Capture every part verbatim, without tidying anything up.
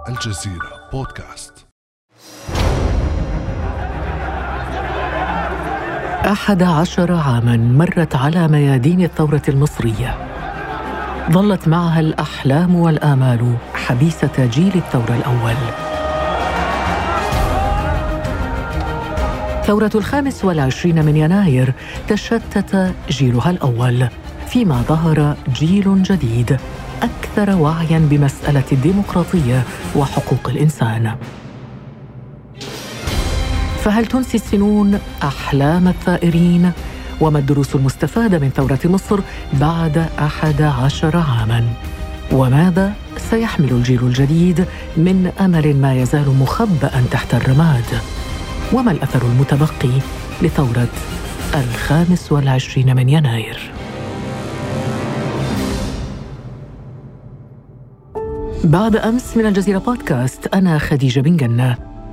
الجزيرة بودكاست. أحد عشر عاماً مرت على ميادين الثورة المصرية، ظلت معها الأحلام والآمال حبيسة جيل الثورة الأول. ثورة الخامس والعشرين من يناير تشتت جيلها الأول، فيما ظهر جيل جديد أكثر وعياً بمسألة الديمقراطية وحقوق الإنسان. فهل تنسي السنون أحلام الثائرين؟ وما الدروس المستفادة من ثورة مصر بعد أحد عشر عاماً؟ وماذا سيحمل الجيل الجديد من أمل ما يزال مخبأ تحت الرماد؟ وما الأثر المتبقي لثورة الخامس والعشرين من يناير؟ بعد أمس من الجزيرة بودكاست، أنا خديجة بن جنة.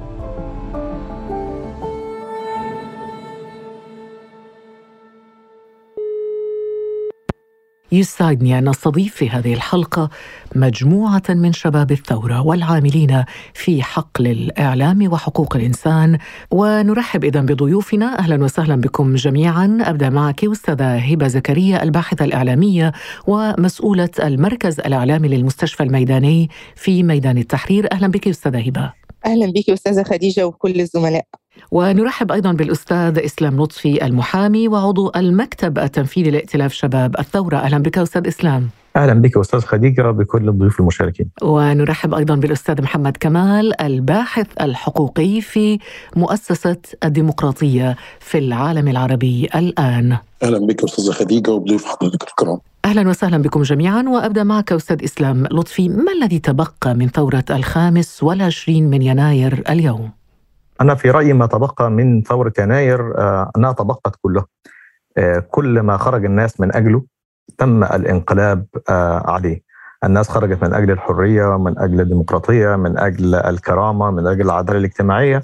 يسعدني أن أستضيف في هذه الحلقة مجموعة من شباب الثورة والعاملين في حقل الإعلام وحقوق الإنسان، ونرحب إذن بضيوفنا. أهلا وسهلا بكم جميعا. أبدأ معك أستاذة هبة زكريا، الباحثة الإعلامية ومسؤولة المركز الإعلامي للمستشفى الميداني في ميدان التحرير. أهلا بك أستاذة هبة. أهلا بك أستاذة خديجة وكل الزملاء. ونرحب أيضاً بالأستاذ إسلام لطفي، المحامي وعضو المكتب التنفيذي لائتلاف شباب الثورة. أهلا بك أستاذ إسلام. أهلا بك أستاذ خديجة بكل الضيوف المشاركين. ونرحب أيضاً بالأستاذ محمد كمال، الباحث الحقوقي في مؤسسة الديمقراطية في العالم العربي الآن. أهلا بك أستاذة خديجة وبضيوف حضرتك الكرام. أهلا وسهلا بكم جميعا. وأبدأ معك أستاذ إسلام لطفي، ما الذي تبقى من ثورة الخامس والعشرين من يناير اليوم؟ أنا في رأيي ما تبقى من ثورة يناير آه أنها تبقت كله. آه كل ما خرج الناس من أجله تم الانقلاب آه عليه. الناس خرجت من أجل الحرية، من أجل الديمقراطية، من أجل الكرامة، من أجل العدالة الاجتماعية،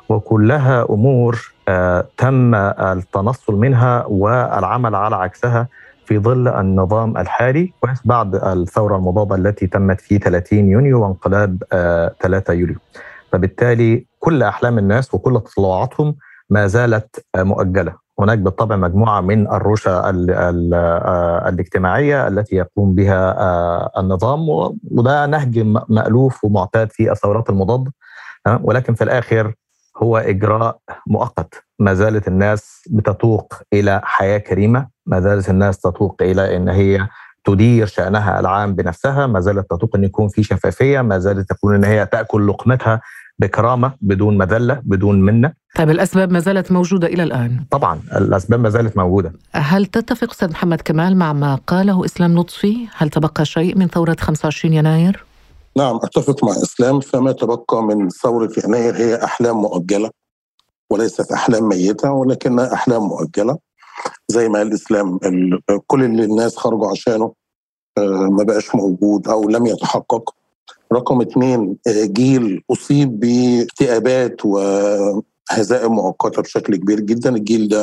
وكلها أمور آه تم التنصل منها والعمل على عكسها في ظل النظام الحالي بعد الثورة المضادة التي تمت في ثلاثين يونيو وانقلاب آه ثلاثة يوليو. فبالتالي كل أحلام الناس وكل تطلعاتهم ما زالت مؤجلة. هناك بالطبع مجموعة من الرشا ال ال الاجتماعية التي يقوم بها النظام، وده نهج مألوف ومعتاد في الثورات المضادة، ولكن في الآخر هو إجراء مؤقت. ما زالت الناس بتتوق إلى حياة كريمة، ما زالت الناس تتوق إلى أن هي تدير شأنها العام بنفسها، ما زالت تتوق أن يكون في شفافية، ما زالت تقول أن هي تأكل لقمتها بكرامة بدون مذلة بدون منة. طيب الأسباب ما زالت موجودة إلى الآن؟ طبعا الأسباب ما زالت موجودة. هل تتفق أستاذ محمد كمال مع ما قاله إسلام لطفي؟ هل تبقى شيء من ثورة خمسة وعشرين يناير؟ نعم أتفق مع إسلام، فما تبقى من ثورة يناير هي أحلام مؤجلة وليست أحلام ميتة، ولكنها أحلام مؤجلة. زي ما الإسلام كل اللي الناس خرجوا عشانه ما بقاش موجود أو لم يتحقق. رقم اثنين، جيل أصيب باكتئابات وهزائم مؤقتة بشكل كبير جدا. الجيل ده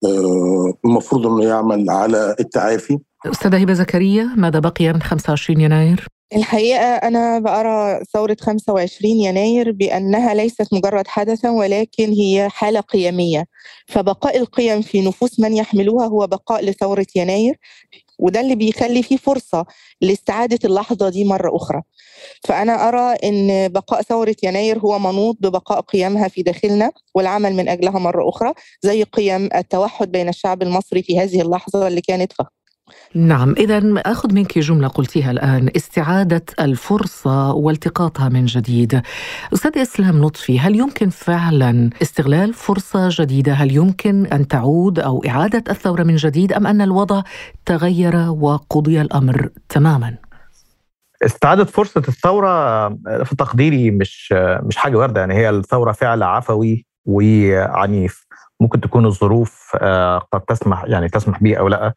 المفروض أنه يعمل على التعافي. أستاذة هبة زكريا، ماذا بقي من خمسة وعشرين يناير؟ الحقيقة أنا بأرى ثورة خمسة وعشرين يناير بأنها ليست مجرد حدثا، ولكن هي حالة قيمية. فبقاء القيم في نفوس من يحملوها هو بقاء لثورة يناير، وده اللي بيخلي فيه فرصة لاستعادة اللحظة دي مرة أخرى. فأنا أرى أن بقاء ثورة يناير هو منوط ببقاء قيمها في داخلنا والعمل من أجلها مرة أخرى، زي قيم التوحد بين الشعب المصري في هذه اللحظة اللي كانت فخ. نعم، إذن أخذ منك جملة قلتيها الآن، استعادة الفرصة والتقاطها من جديد. أستاذ إسلام لطفي، هل يمكن فعلا استغلال فرصة جديدة؟ هل يمكن أن تعود أو إعادة الثورة من جديد، أم أن الوضع تغير وقضي الأمر تماما؟ استعادة فرصة الثورة في تقديري مش مش حاجة واردة. يعني هي الثورة فعل عفوي وعنيف، ممكن تكون الظروف قد تسمح يعني تسمح به أو لا،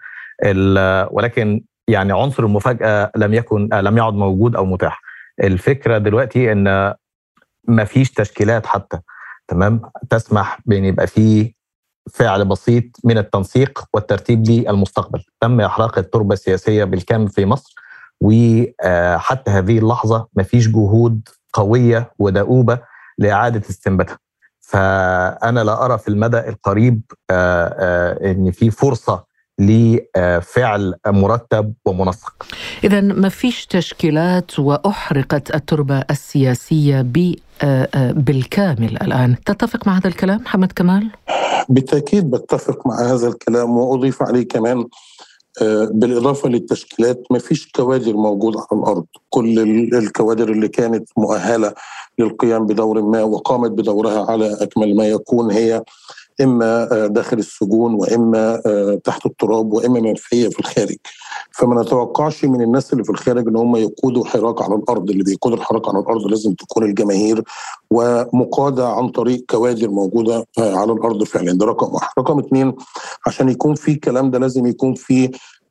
ولكن يعني عنصر المفاجأة لم يكن لم يعد موجود أو متاح. الفكرة دلوقتي إن ما فيش تشكيلات حتى تمام تسمح بأن يبقى فيه فعل بسيط من التنسيق والترتيب للمستقبل. تم إحراق التربة السياسية بالكامل في مصر، وحتى هذه اللحظة ما فيش جهود قوية ودؤوبة لإعادة استنباتها. فأنا لا أرى في المدى القريب أن في فرصة لفعل مرتب ومنسق. إذن ما فيش تشكيلات وأحرقت التربة السياسية بالكامل الآن. تتفق مع هذا الكلام محمد كمال؟ بالتأكيد بتفق مع هذا الكلام، وأضيف عليه كمان بالإضافة للتشكيلات ما فيش كوادر موجودة على الأرض. كل الكوادر اللي كانت مؤهلة للقيام بدور ما وقامت بدورها على أكمل ما يكون هي إما داخل السجون وإما تحت التراب وإما منفية في الخارج. فما نتوقعش من الناس اللي في الخارج إن هم يقودوا حراك على الأرض. اللي بيقود الحراك على الأرض لازم تكون الجماهير ومقادة عن طريق كوادر موجودة على الأرض فعلا. ده رقم واحد. رقم اتنين، عشان يكون في الكلام ده لازم يكون في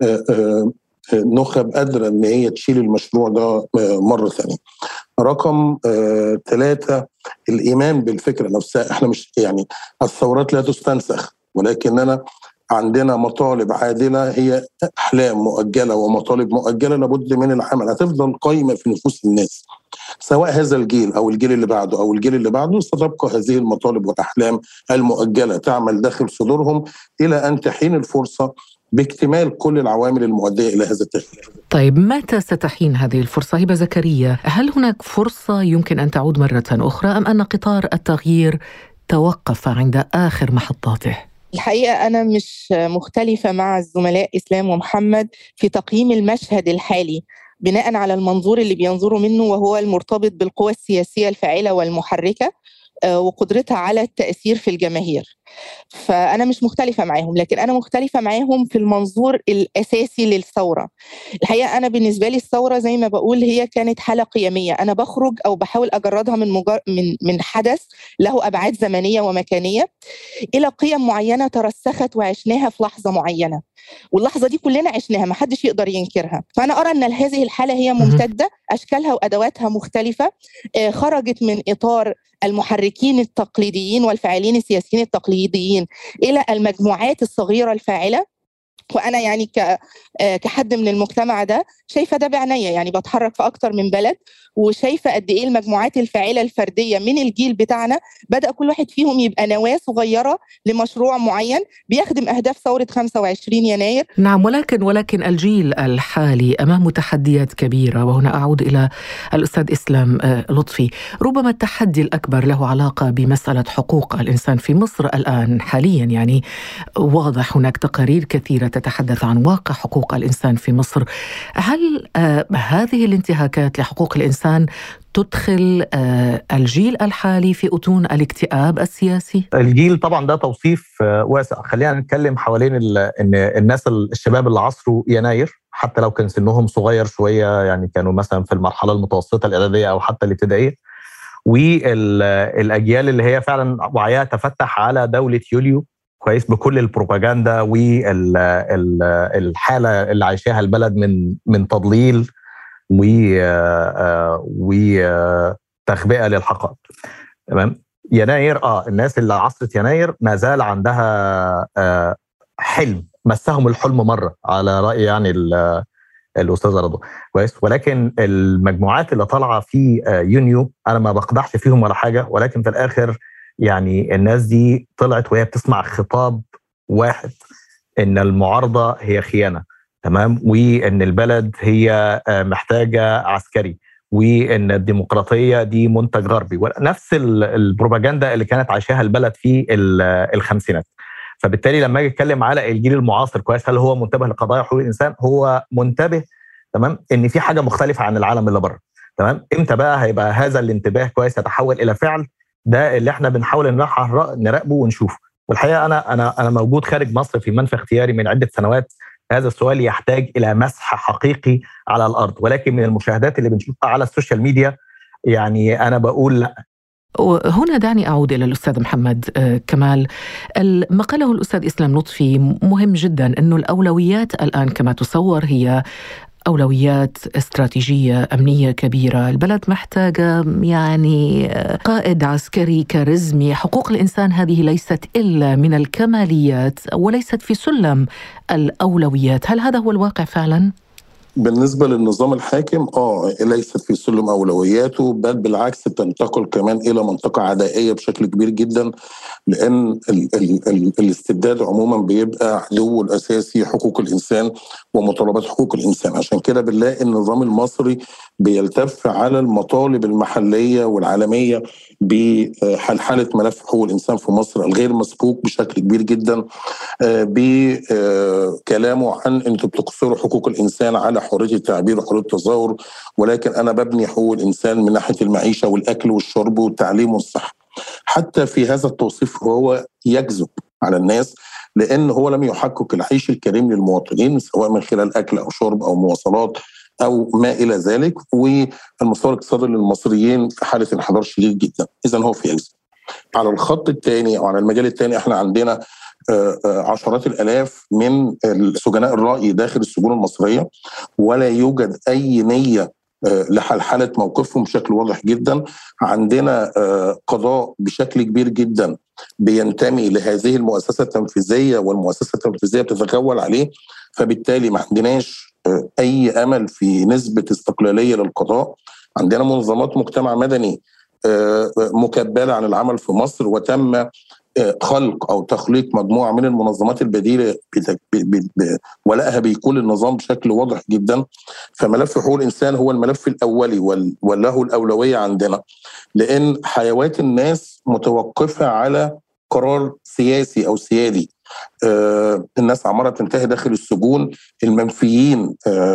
نخب قادرة إن هي تشيل المشروع ده مرة ثانية. رقم ثلاثة، الإيمان بالفكرة نفسها. احنا مش يعني الثورات لا تستنسخ، ولكننا عندنا مطالب عادلة هي أحلام مؤجلة ومطالب مؤجلة لابد من العمل، هتفضل قايمة في نفوس الناس سواء هذا الجيل أو الجيل اللي بعده أو الجيل اللي بعده. ستبقى هذه المطالب والأحلام المؤجلة تعمل داخل صدورهم إلى أن تحين الفرصة باكتمال كل العوامل المؤدية إلى هذا التغيير. طيب متى ستحين هذه الفرصة هبة زكريا؟ هل هناك فرصة يمكن أن تعود مرة أخرى أم أن قطار التغيير توقف عند آخر محطاته؟ الحقيقة أنا مش مختلفة مع الزملاء إسلام ومحمد في تقييم المشهد الحالي بناء على المنظور اللي بينظروا منه، وهو المرتبط بالقوى السياسية الفاعلة والمحركة وقدرتها على التأثير في الجماهير. فأنا مش مختلفة معاهم، لكن أنا مختلفة معاهم في المنظور الأساسي للثورة. الحقيقة أنا بالنسبة لي الثورة زي ما بقول هي كانت حالة قيمية، أنا بخرج أو بحاول أجردها من مجر... من من حدث له أبعاد زمنية ومكانية إلى قيم معينة ترسخت وعشناها في لحظة معينة، واللحظة دي كلنا عشناها ما حدش يقدر ينكرها. فأنا أرى أن هذه الحالة هي ممتدة، أشكالها وأدواتها مختلفة، خرجت من إطار المحركين التقليديين والفاعلين السياسيين التقليديين إلى المجموعات الصغيرة الفاعلة. وأنا يعني كحد من المجتمع ده شايفة ده بعناية، يعني بتحرك في أكتر من بلد وشايفة قد إيه المجموعات الفاعلة الفردية من الجيل بتاعنا بدأ كل واحد فيهم يبقى نواة صغيرة لمشروع معين بيخدم أهداف ثورة خمسة وعشرين يناير. نعم، ولكن ولكن الجيل الحالي أمام تحديات كبيرة، وهنا أعود إلى الأستاذ إسلام لطفي. ربما التحدي الأكبر له علاقة بمسألة حقوق الإنسان في مصر الآن حاليا. يعني واضح هناك تقارير كثيرة تتحدث عن واقع حقوق الإنسان في مصر. هل آه هذه الانتهاكات لحقوق الإنسان تدخل آه الجيل الحالي في أتون الاكتئاب السياسي؟ الجيل طبعا ده توصيف آه واسع. خلينا نتكلم حوالين ان الناس الشباب اللي عصروا يناير، حتى لو كان سنهم صغير شوية، يعني كانوا مثلا في المرحلة المتوسطة الإعدادية أو حتى الابتدائية، والأجيال اللي هي فعلا وعيها تفتح على دولة يوليو كويس بكل البروباغندا والحالة اللي عايشاها البلد من من تضليل وتخبئة للحقائق. تمام. يناير اه الناس اللي عصرت يناير ما زال عندها آه حلم، مسهم الحلم مرة على رأي يعني الأستاذ رضا كويس. ولكن المجموعات اللي طالعة في يونيو أنا ما بقدحش فيهم ولا حاجة، ولكن في الآخر يعني الناس دي طلعت وهي بتسمع خطاب واحد، إن المعارضة هي خيانة، تمام، وإن البلد هي محتاجة عسكري، وإن الديمقراطية دي منتج غربي، ونفس البروباغندا اللي كانت عايشاها البلد في الخمسينات. فبالتالي لما أجي أتكلم على الجيل المعاصر كويس، هل هو منتبه لقضايا حقوق الإنسان؟ هو منتبه، تمام، إن في حاجة مختلفة عن العالم اللي بره. تمام. إمتى بقى هيبقى هذا الانتباه كويس يتحول إلى فعل؟ ده اللي احنا بنحاول نراقبه ونشوفه. والحقيقه انا انا انا موجود خارج مصر في منفى اختياري من عده سنوات. هذا السؤال يحتاج الى مسح حقيقي على الارض، ولكن من المشاهدات اللي بنشوفها على السوشيال ميديا يعني انا بقول لا. هنا دعني أعود إلى الأستاذ محمد كمال. ما قاله الأستاذ إسلام لطفي مهم جدا، أنه الأولويات الآن كما تصور هي أولويات استراتيجية أمنية كبيرة. البلد محتاجة يعني قائد عسكري كاريزمي. حقوق الإنسان هذه ليست إلا من الكماليات وليست في سلم الأولويات. هل هذا هو الواقع فعلا؟ بالنسبة للنظام الحاكم اه ليست في سلم أولوياته، بل بالعكس تنتقل كمان إلى منطقة عدائية بشكل كبير جدا، لأن ال ال ال الاستبداد عموما بيبقى عدوه الأساسي حقوق الإنسان ومطالبات حقوق الإنسان. عشان كده بنلاقي النظام المصري بيلتف على المطالب المحلية والعالمية بحلحلة ملف حقوق الإنسان في مصر الغير مسبوق بشكل كبير جدا، بكلامه عن أنتم بتقصروا حقوق الإنسان على حرية التعبير وحرية التظاهر، ولكن أنا ببني حقوق الإنسان من ناحية المعيشة والأكل والشرب والتعليم والصحة. حتى في هذا التوصيف هو يكذب على الناس، لأن هو لم يحقق العيش الكريم للمواطنين سواء من خلال أكل أو شرب أو مواصلات أو ما إلى ذلك، والمستوى الاقتصادي للمصريين في حالة انحدار شديد جدا. إذا هو في يكذب. على الخط الثاني أو على المجال الثاني احنا عندنا عشرات الآلاف من سجناء الرأي داخل السجون المصرية، ولا يوجد أي نية لحلحلة موقفهم بشكل واضح جدا. عندنا قضاء بشكل كبير جدا بينتمي لهذه المؤسسة التنفيذية، والمؤسسة التنفيذية بتتغول عليه، فبالتالي ما عندناش أي أمل في نسبة استقلالية للقضاء. عندنا منظمات مجتمع مدني مكبلة عن العمل في مصر، وتم خلق أو تخليق مجموعة من المنظمات البديلة ولقها بيكون النظام بشكل واضح جدا. فملف حقوق الإنسان هو الملف الأولي وله الأولوية عندنا، لأن حيوات الناس متوقفة على قرار سياسي أو سيادي. آه الناس عمالة تنتهي داخل السجون، المنفيين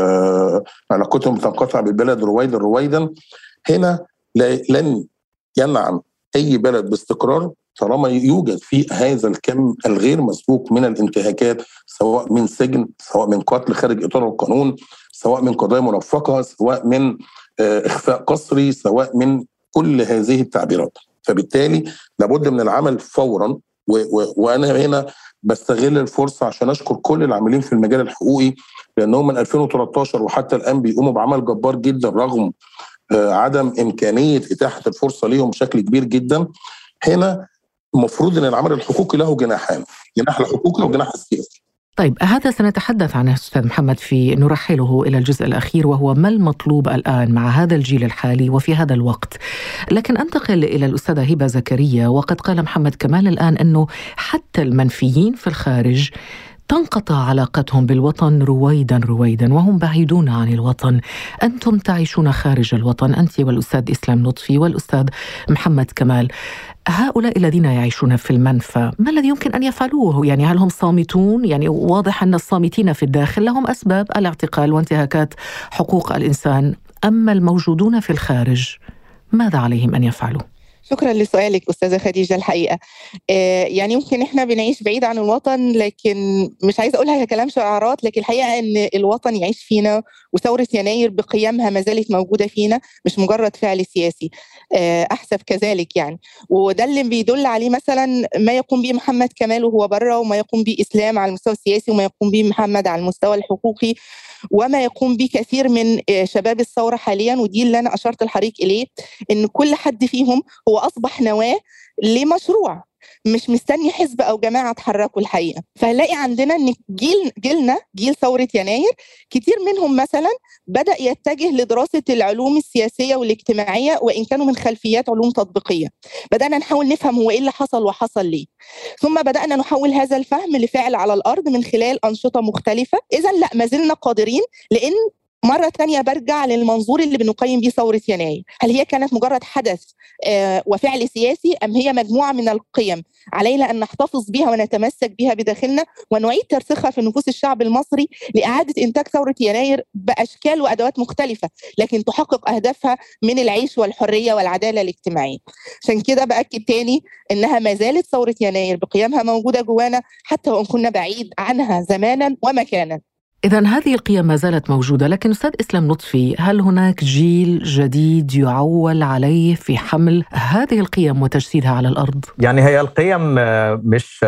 آه علاقتهم بتنقطع بالبلد رويدا رويدا. هنا لن ينعم أي بلد باستقرار طالما يوجد في هذا الكم الغير مسبوق من الانتهاكات، سواء من سجن، سواء من قتل خارج إطار القانون، سواء من قضايا مرفقة، سواء من آه إخفاء قسري، سواء من كل هذه التعبيرات. فبالتالي لابد من العمل فورا. و و وأنا هنا بستغل الفرصة عشان أشكر كل العاملين في المجال الحقوقي، لأنهم من ألفين وثلاثة عشر وحتى الآن بيقوموا بعمل جبار جدا رغم آه عدم إمكانية إتاحة الفرصة ليهم بشكل كبير جدا. هنا المفروض أن العمل الحقوقي له جناحان، جناح الحقوقي وجناح السياسي. طيب هذا سنتحدث عنه أستاذ محمد في نرحله إلى الجزء الأخير، وهو ما المطلوب الآن مع هذا الجيل الحالي وفي هذا الوقت. لكن أنتقل إلى الأستاذة هبة زكريا، وقد قال محمد كمال الآن أنه حتى المنفيين في الخارج تنقطع علاقتهم بالوطن رويدا رويدا وهم بعيدون عن الوطن. أنتم تعيشون خارج الوطن، أنت والأستاذ إسلام لطفي والأستاذ محمد كمال. هؤلاء الذين يعيشون في المنفى ما الذي يمكن أن يفعلوه؟ يعني هل هم صامتون؟ يعني واضح أن الصامتين في الداخل لهم أسباب الاعتقال وانتهاكات حقوق الإنسان، أما الموجودون في الخارج ماذا عليهم أن يفعلوا؟ شكرا لسؤالك أستاذة خديجة. الحقيقة آه يعني يمكن إحنا بنعيش بعيد عن الوطن، لكن مش عايزة أقولها ككلام شعارات، لكن الحقيقة أن الوطن يعيش فينا، وثورة يناير بقيمها ما زالت موجودة فينا، مش مجرد فعل سياسي. آه أحسب كذلك يعني. وده اللي بيدل عليه مثلا ما يقوم به محمد كمال وهو بره، وما يقوم به إسلام على المستوى السياسي، وما يقوم به محمد على المستوى الحقوقي، وما يقوم به كثير من شباب الثورة حاليا. ودي اللي أنا أشرت الحريق إليه، إن كل حد فيهم هو أصبح نواة لمشروع، مش مستني حزب أو جماعة تحركوا الحقيقة. فهنلاقي عندنا إن جيل جيلنا جيل ثورة يناير كتير منهم مثلا بدأ يتجه لدراسة العلوم السياسية والاجتماعية، وإن كانوا من خلفيات علوم تطبيقية. بدأنا نحاول نفهم هو إيه اللي حصل وحصل ليه، ثم بدأنا نحول هذا الفهم لفعل على الأرض من خلال أنشطة مختلفة. إذن لا، ما زلنا قادرين، لأن مرة تانية برجع للمنظور اللي بنقيم بيه ثورة يناير. هل هي كانت مجرد حدث آه وفعل سياسي، أم هي مجموعة من القيم علينا أن نحتفظ بها ونتمسك بها بداخلنا ونعيد ترسيخها في نفوس الشعب المصري لإعادة إنتاج ثورة يناير بأشكال وأدوات مختلفة، لكن تحقق أهدافها من العيش والحرية والعدالة الاجتماعية. عشان كده بأكد تاني إنها ما زالت ثورة يناير بقيمها موجودة جوانا، حتى وإن كنا بعيد عنها زمانا ومكانا. إذن هذه القيم ما زالت موجودة. لكن أستاذ إسلام لطفي، هل هناك جيل جديد يعول عليه في حمل هذه القيم وتجسيدها على الأرض؟ يعني هي القيم مش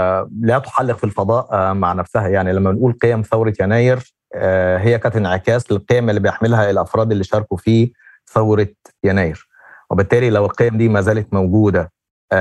لا تحلق في الفضاء مع نفسها. يعني لما نقول قيم ثورة يناير هي كانت انعكاس للقيم اللي بيحملها الأفراد اللي شاركوا في ثورة يناير، وبالتالي لو القيم دي ما زالت موجودة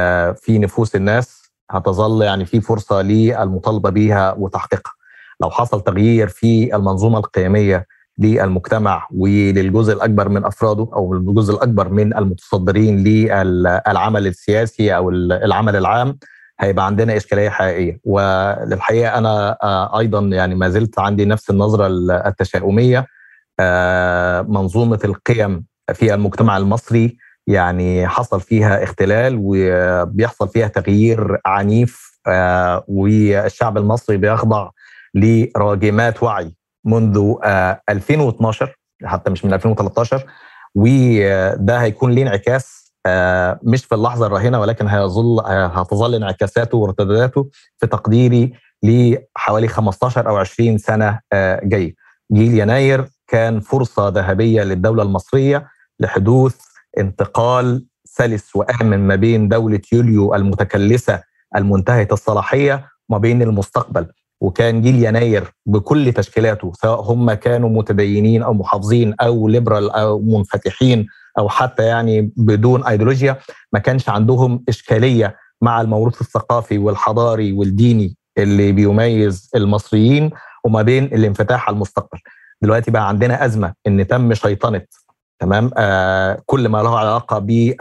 في نفوس الناس هتظل يعني في فرصة للمطالبة بها وتحقيقها. لو حصل تغيير في المنظومة القيمية للمجتمع وللجزء الأكبر من أفراده أو الجزء الأكبر من المتصدرين للعمل السياسي أو العمل العام، هيبقى عندنا إشكالية حقيقية. وللحقيقة أنا أيضا يعني ما زلت عندي نفس النظرة التشاؤمية. منظومة القيم في المجتمع المصري يعني حصل فيها اختلال وبيحصل فيها تغيير عنيف، والشعب المصري بيخضع لراجمات وعي منذ ألفين واثناشر حتى مش من ألفين وثلاثة عشر، وده هيكون ليه انعكاس مش في اللحظة الراهنة، ولكن هيظل هتظل انعكاساته وارتداداته في تقديري لحوالي خمسة عشر أو عشرين سنة جاي. جيل يناير كان فرصة ذهبية للدولة المصرية لحدوث انتقال سلس وآمن ما بين دولة يوليو المتكلسة المنتهية الصلاحية وما بين المستقبل. وكان جيل يناير بكل تشكيلاته، سواء هم كانوا متدينين أو محافظين أو ليبرال أو منفتحين أو حتى يعني بدون أيديولوجيا، ما كانش عندهم إشكالية مع الموروث الثقافي والحضاري والديني اللي بيميز المصريين وما بين الانفتاح على المستقبل. دلوقتي بقى عندنا أزمة إن تم شيطنة تمام آه كل ما له علاقة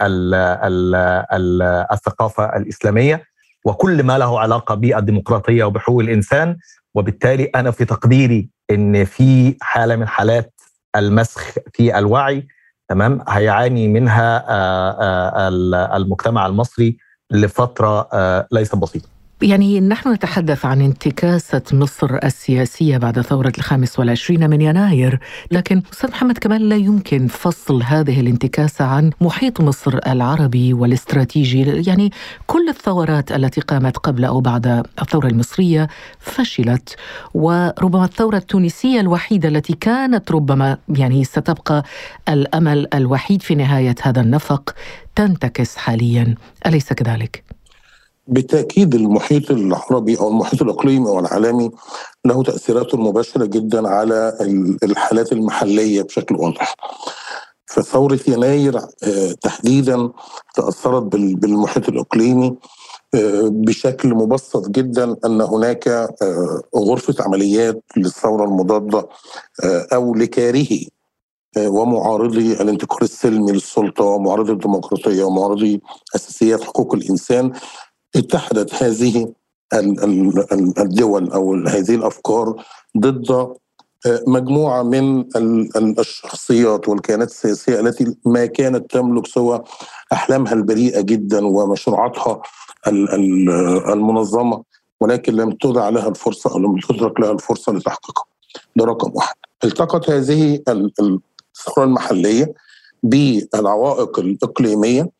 بالثقافة الإسلامية وكل ما له علاقة بالديمقراطية وبحقوق الإنسان. وبالتالي أنا في تقديري إن في حالة من حالات المسخ في الوعي تمام هيعاني منها آه آه المجتمع المصري لفترة آه ليست بسيطة. يعني نحن نتحدث عن انتكاسة مصر السياسية بعد ثورة الخامس والعشرين من يناير، لكن أستاذ محمد كمال لا يمكن فصل هذه الانتكاسة عن محيط مصر العربي والاستراتيجي. يعني كل الثورات التي قامت قبل أو بعد الثورة المصرية فشلت، وربما الثورة التونسية الوحيدة التي كانت ربما يعني ستبقى الأمل الوحيد في نهاية هذا النفق تنتكس حاليا، أليس كذلك؟ بالتأكيد المحيط العربي أو المحيط الإقليمي أو العالمي له تأثيرات مباشرة جدا على الحالات المحلية بشكل واضح. فثورة يناير تحديدا تأثرت بالمحيط الإقليمي بشكل مبسط جدا، أن هناك غرفة عمليات للثورة المضادة أو لكارهي ومعارضي الانتقال السلمي للسلطة ومعارضي الديمقراطية ومعارضي أساسيات حقوق الإنسان. اتحدت هذه الدول أو هذه الأفكار ضد مجموعة من الشخصيات والكيانات السياسية التي ما كانت تملك سوى أحلامها البريئة جدا ومشروعاتها المنظمة، ولكن لم تدع لها الفرصة أو لم تترك لها الفرصة لتحقيقها. ده رقم واحد. التقت هذه الثورة المحلية بالعوائق الإقليمية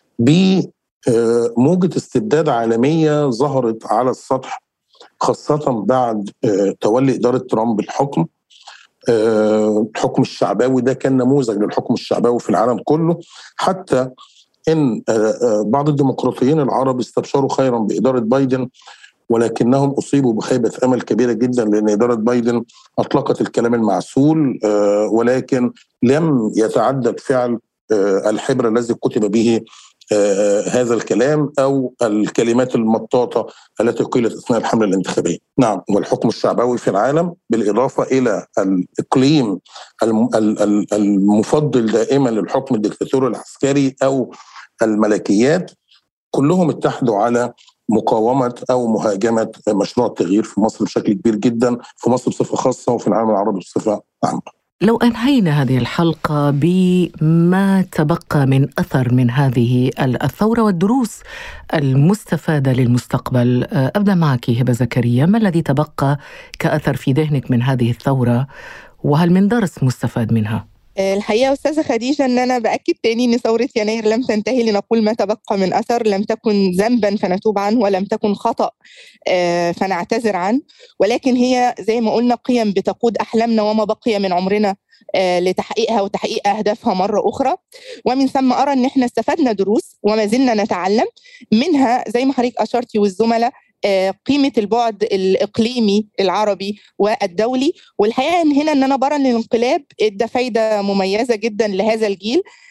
بموجة استبداد عالمية ظهرت على السطح، خاصة بعد تولي إدارة ترامب الحكم. الحكم الشعبوي ده كان نموذج للحكم الشعبوي في العالم كله، حتى إن بعض الديمقراطيين العرب استبشروا خيرا بإدارة بايدن، ولكنهم أصيبوا بخيبة أمل كبيرة جدا، لأن إدارة بايدن أطلقت الكلام المعسول ولكن لم يتعدى الفعل الحبر الذي كتب به هذا الكلام أو الكلمات المطاطة التي قيلت أثناء الحملة الانتخابية. نعم، والحكم الشعبوي في العالم بالإضافة إلى الإقليم المفضل دائما للحكم الدكتاتوري العسكري أو الملكيات، كلهم اتحدوا على مقاومة أو مهاجمة مشروع التغيير في مصر بشكل كبير جدا، في مصر بصفة خاصة وفي العالم العربي بصفة عامة. لو أنهينا هذه الحلقة بما تبقى من أثر من هذه الثورة والدروس المستفادة للمستقبل، أبدأ معك هبة زكريا. ما الذي تبقى كأثر في ذهنك من هذه الثورة، وهل من درس مستفاد منها؟ الحقيقة أستاذة خديجة أن أنا بأكد تاني أن ثورة يناير لم تنتهي لنقول ما تبقى من أثر، لم تكن ذنبا فنتوب عنه ولم تكن خطأ فنعتذر عنه، ولكن هي زي ما قلنا قيم بتقود أحلامنا وما بقي من عمرنا لتحقيقها وتحقيق أهدافها مرة أخرى. ومن ثم أرى أن احنا استفدنا دروس وما زلنا نتعلم منها، زي ما حضرتك أشرتي والزملاء، قيمة البعد الإقليمي العربي والدولي. والحقيقة إن هنا أن أنا برى أن الانقلاب ادى فايدة مميزة جدا لهذا الجيل،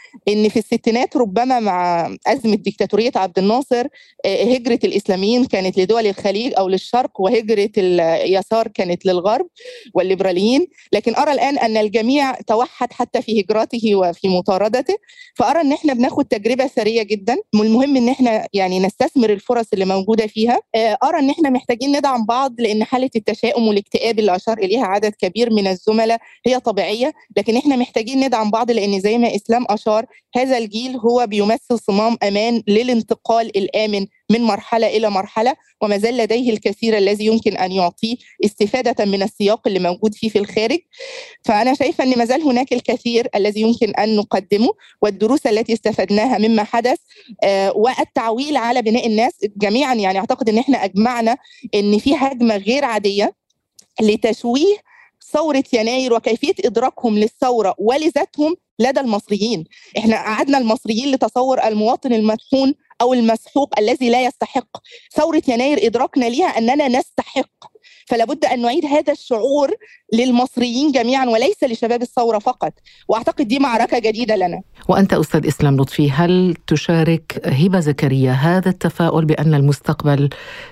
إن في الستينات ربما مع أزمة ديكتاتورية عبد الناصر هجرة الإسلاميين كانت لدول الخليج أو للشرق، وهجرة اليسار كانت للغرب والليبراليين. لكن أرى الآن أن الجميع توحد حتى في هجرته وفي مطاردته، فأرى أن احنا بناخد تجربة ثرية جدا. المهم أن احنا يعني نستثمر الفرص اللي موجودة فيها. أرى أن احنا محتاجين ندعم بعض، لأن حالة التشاؤم والاكتئاب اللي أشار إليها عدد كبير من الزملاء هي طبيعية، لكن احنا محتاجين ندعم بعض، لأن زي ما إسلام أشار هذا الجيل هو بيمثل صمام أمان للانتقال الآمن من مرحلة إلى مرحلة، وما زال لديه الكثير الذي يمكن أن يعطيه استفادة من السياق اللي موجود فيه في الخارج. فأنا شايفة أن ما زال هناك الكثير الذي يمكن أن نقدمه، والدروس التي استفدناها مما حدث آه والتعويل على بناء الناس جميعا. يعني أعتقد أن احنا أجمعنا أن في هجمة غير عادية لتشويه ثورة يناير وكيفية إدراكهم للثورة ولذاتهم لدى المصريين. احنا قعدنا المصريين لتصور المواطن المطحون أو المسحوق الذي لا يستحق. ثورة يناير إدراكنا ليها أننا نستحق، فلا بد أن نعيد هذا الشعور للمصريين جميعا وليس لشباب الثورة فقط، وأعتقد دي معركة جديدة لنا. وأنت أستاذ إسلام لطفي، هل تشارك هبة زكريا هذا التفاؤل بأن المستقبل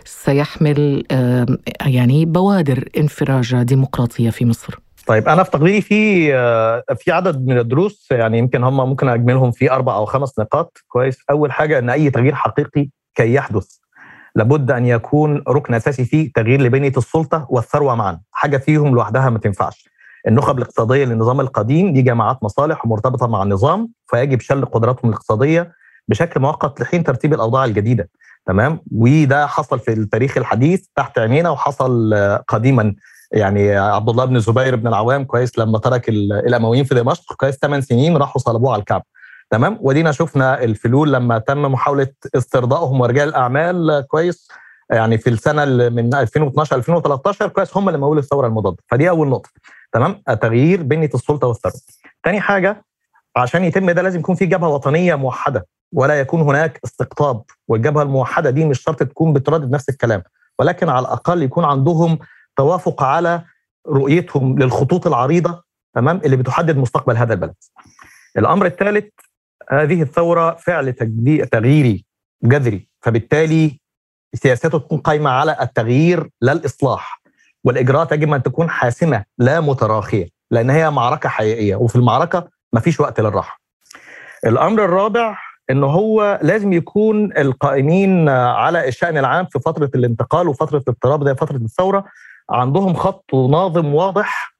سيحمل يعني بوادر انفراج ديمقراطية في مصر؟ طيب أنا في تقديري في في عدد من الدروس، يعني يمكن هم ممكن أجملهم في أربع أو خمس نقاط. كويس. أول حاجة أن أي تغيير حقيقي كي يحدث لابد أن يكون ركن أساسي فيه تغيير لبنية السلطة والثروة معا. حاجة فيهم لوحدها ما تنفعش. النخب الاقتصادية للنظام القديم دي جماعات مصالح ومرتبطة مع النظام، فيجب شل قدراتهم الاقتصادية بشكل مؤقت لحين ترتيب الأوضاع الجديدة. تمام. وده حصل في التاريخ الحديث تحت عينينا، وحصل قديما يعني عبد الله بن الزبير بن العوام كويس لما ترك الأمويين في دمشق كويس ثمان سنين راحوا صلبوه على الكعبة. تمام. ودينا شفنا الفلول لما تم محاولة استرضائهم ورجال الأعمال كويس يعني في السنة من ألفين واثناشر ألفين وثلاثة عشر كويس هم اللي مولوا الثورة المضادة. فدي أول نقطة. تمام. تغيير بنية السلطة والثروة. تاني حاجة عشان يتم ده لازم يكون في جبهة وطنية موحدة ولا يكون هناك استقطاب، والجبهة الموحدة دي مش شرط تكون بتردد نفس الكلام، ولكن على الأقل يكون عندهم توافق على رؤيتهم للخطوط العريضة تمام اللي بتحدد مستقبل هذا البلد. الأمر الثالث، هذه الثورة فعل تغييري جذري، فبالتالي سياساته تكون قائمة على التغيير لا الإصلاح، والإجراءات يجب أن تكون حاسمة لا متراخية، لأن هي معركة حقيقية وفي المعركة ما فيش وقت للراحة. الأمر الرابع إنه هو لازم يكون القائمين على الشأن العام في فترة الانتقال وفترة الاضطراب زي فترة الثورة عندهم خط ناظم واضح.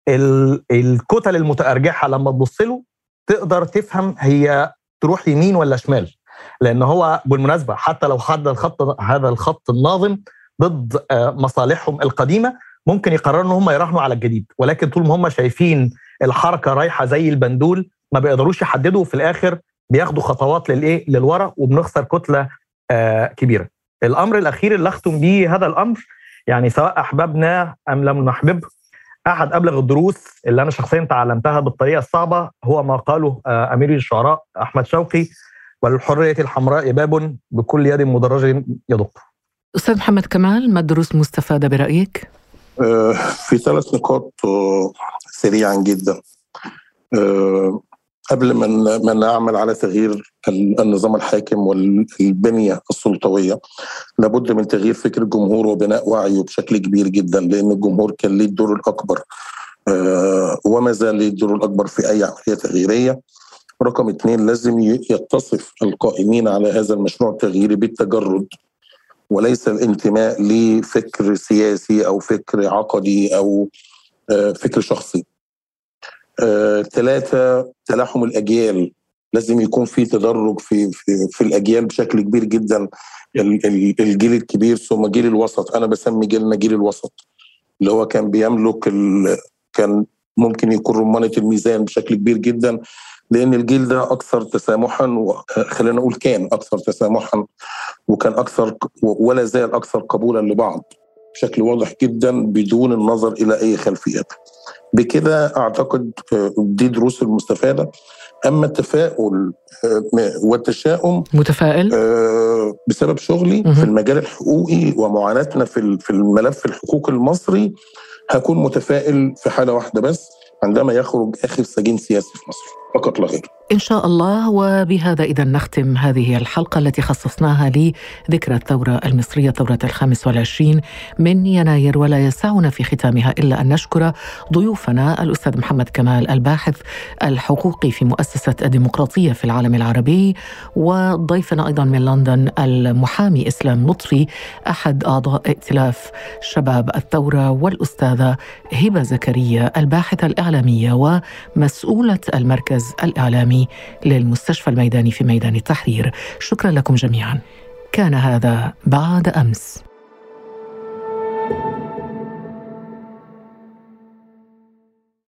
الكتل المتأرجحة لما تبص له تقدر تفهم هي تروح يمين ولا شمال، لأن هو بالمناسبة حتى لو حد الخط هذا الخط الناظم ضد مصالحهم القديمة ممكن يقرروا ان هم يراهنوا على الجديد، ولكن طول ما هم شايفين الحركة رايحة زي البندول ما بيقدروش يحددوا، في الآخر بياخدوا خطوات للإيه للورا وبنخسر كتلة آه كبيرة. الأمر الأخير اللي أختم به هذا الأمر، يعني سواء أحببنا أم لم نحبب، أحد أبلغ الدروس اللي أنا شخصيا تعلمتها بالطريقة الصعبة هو ما قاله آه أمير الشعراء أحمد شوقي: والحرية الحمراء باب بكل يد مدرج يدق. أستاذ محمد كمال، ما الدروس المستفادة برأيك؟ آه في ثلاث نقاط آه سريعا جدا. آه قبل ما نعمل على تغيير النظام الحاكم والبنية السلطوية لابد من تغيير فكر الجمهور وبناء وعيه بشكل كبير جدا، لأن الجمهور كان ليه الدور الأكبر آه وما زال ليه الدور الأكبر في أي عملية تغييرية. رقم اثنين، لازم يتصف القائمين على هذا المشروع التغييري بالتجرد وليس الانتماء لفكر سياسي أو فكر عقدي أو آه فكر شخصي. آه، ثلاثة، تلاحم الأجيال، لازم يكون في تدرج في, في, في الأجيال بشكل كبير جدا. الجيل الكبير ثم جيل الوسط، أنا بسمي جيلنا جيل الوسط اللي هو كان بيملك كان ممكن يكون رمانة الميزان بشكل كبير جدا، لأن الجيل ده أكثر تسامحا، خلينا نقول كان أكثر تسامحا وكان أكثر ولا زال أكثر قبولا لبعض بشكل واضح جدا بدون النظر إلى أي خلفيات. بكده أعتقد دي دروس المستفادة. أما التفاؤل والتشاؤم، متفائل بسبب شغلي في المجال الحقوقي ومعاناتنا في الملف الحقوق المصري، هكون متفائل في حالة واحدة بس، عندما يخرج آخر سجين سياسي في مصر فقط لا غير. إن شاء الله. وبهذا إذا نختم هذه الحلقة التي خصصناها لذكرى الثورة المصرية، ثورة الخامس والعشرين من يناير، ولا يسعنا في ختامها إلا أن نشكر ضيوفنا الأستاذ محمد كمال الباحث الحقوقي في مؤسسة الديمقراطية في العالم العربي، وضيفنا أيضا من لندن المحامي إسلام لطفي أحد أعضاء ائتلاف شباب الثورة، والأستاذة هبة زكريا الباحثة الإعلامية ومسؤولة المركز الإعلامي للمستشفى الميداني في ميدان التحرير. شكرا لكم جميعا. كان هذا بعد أمس.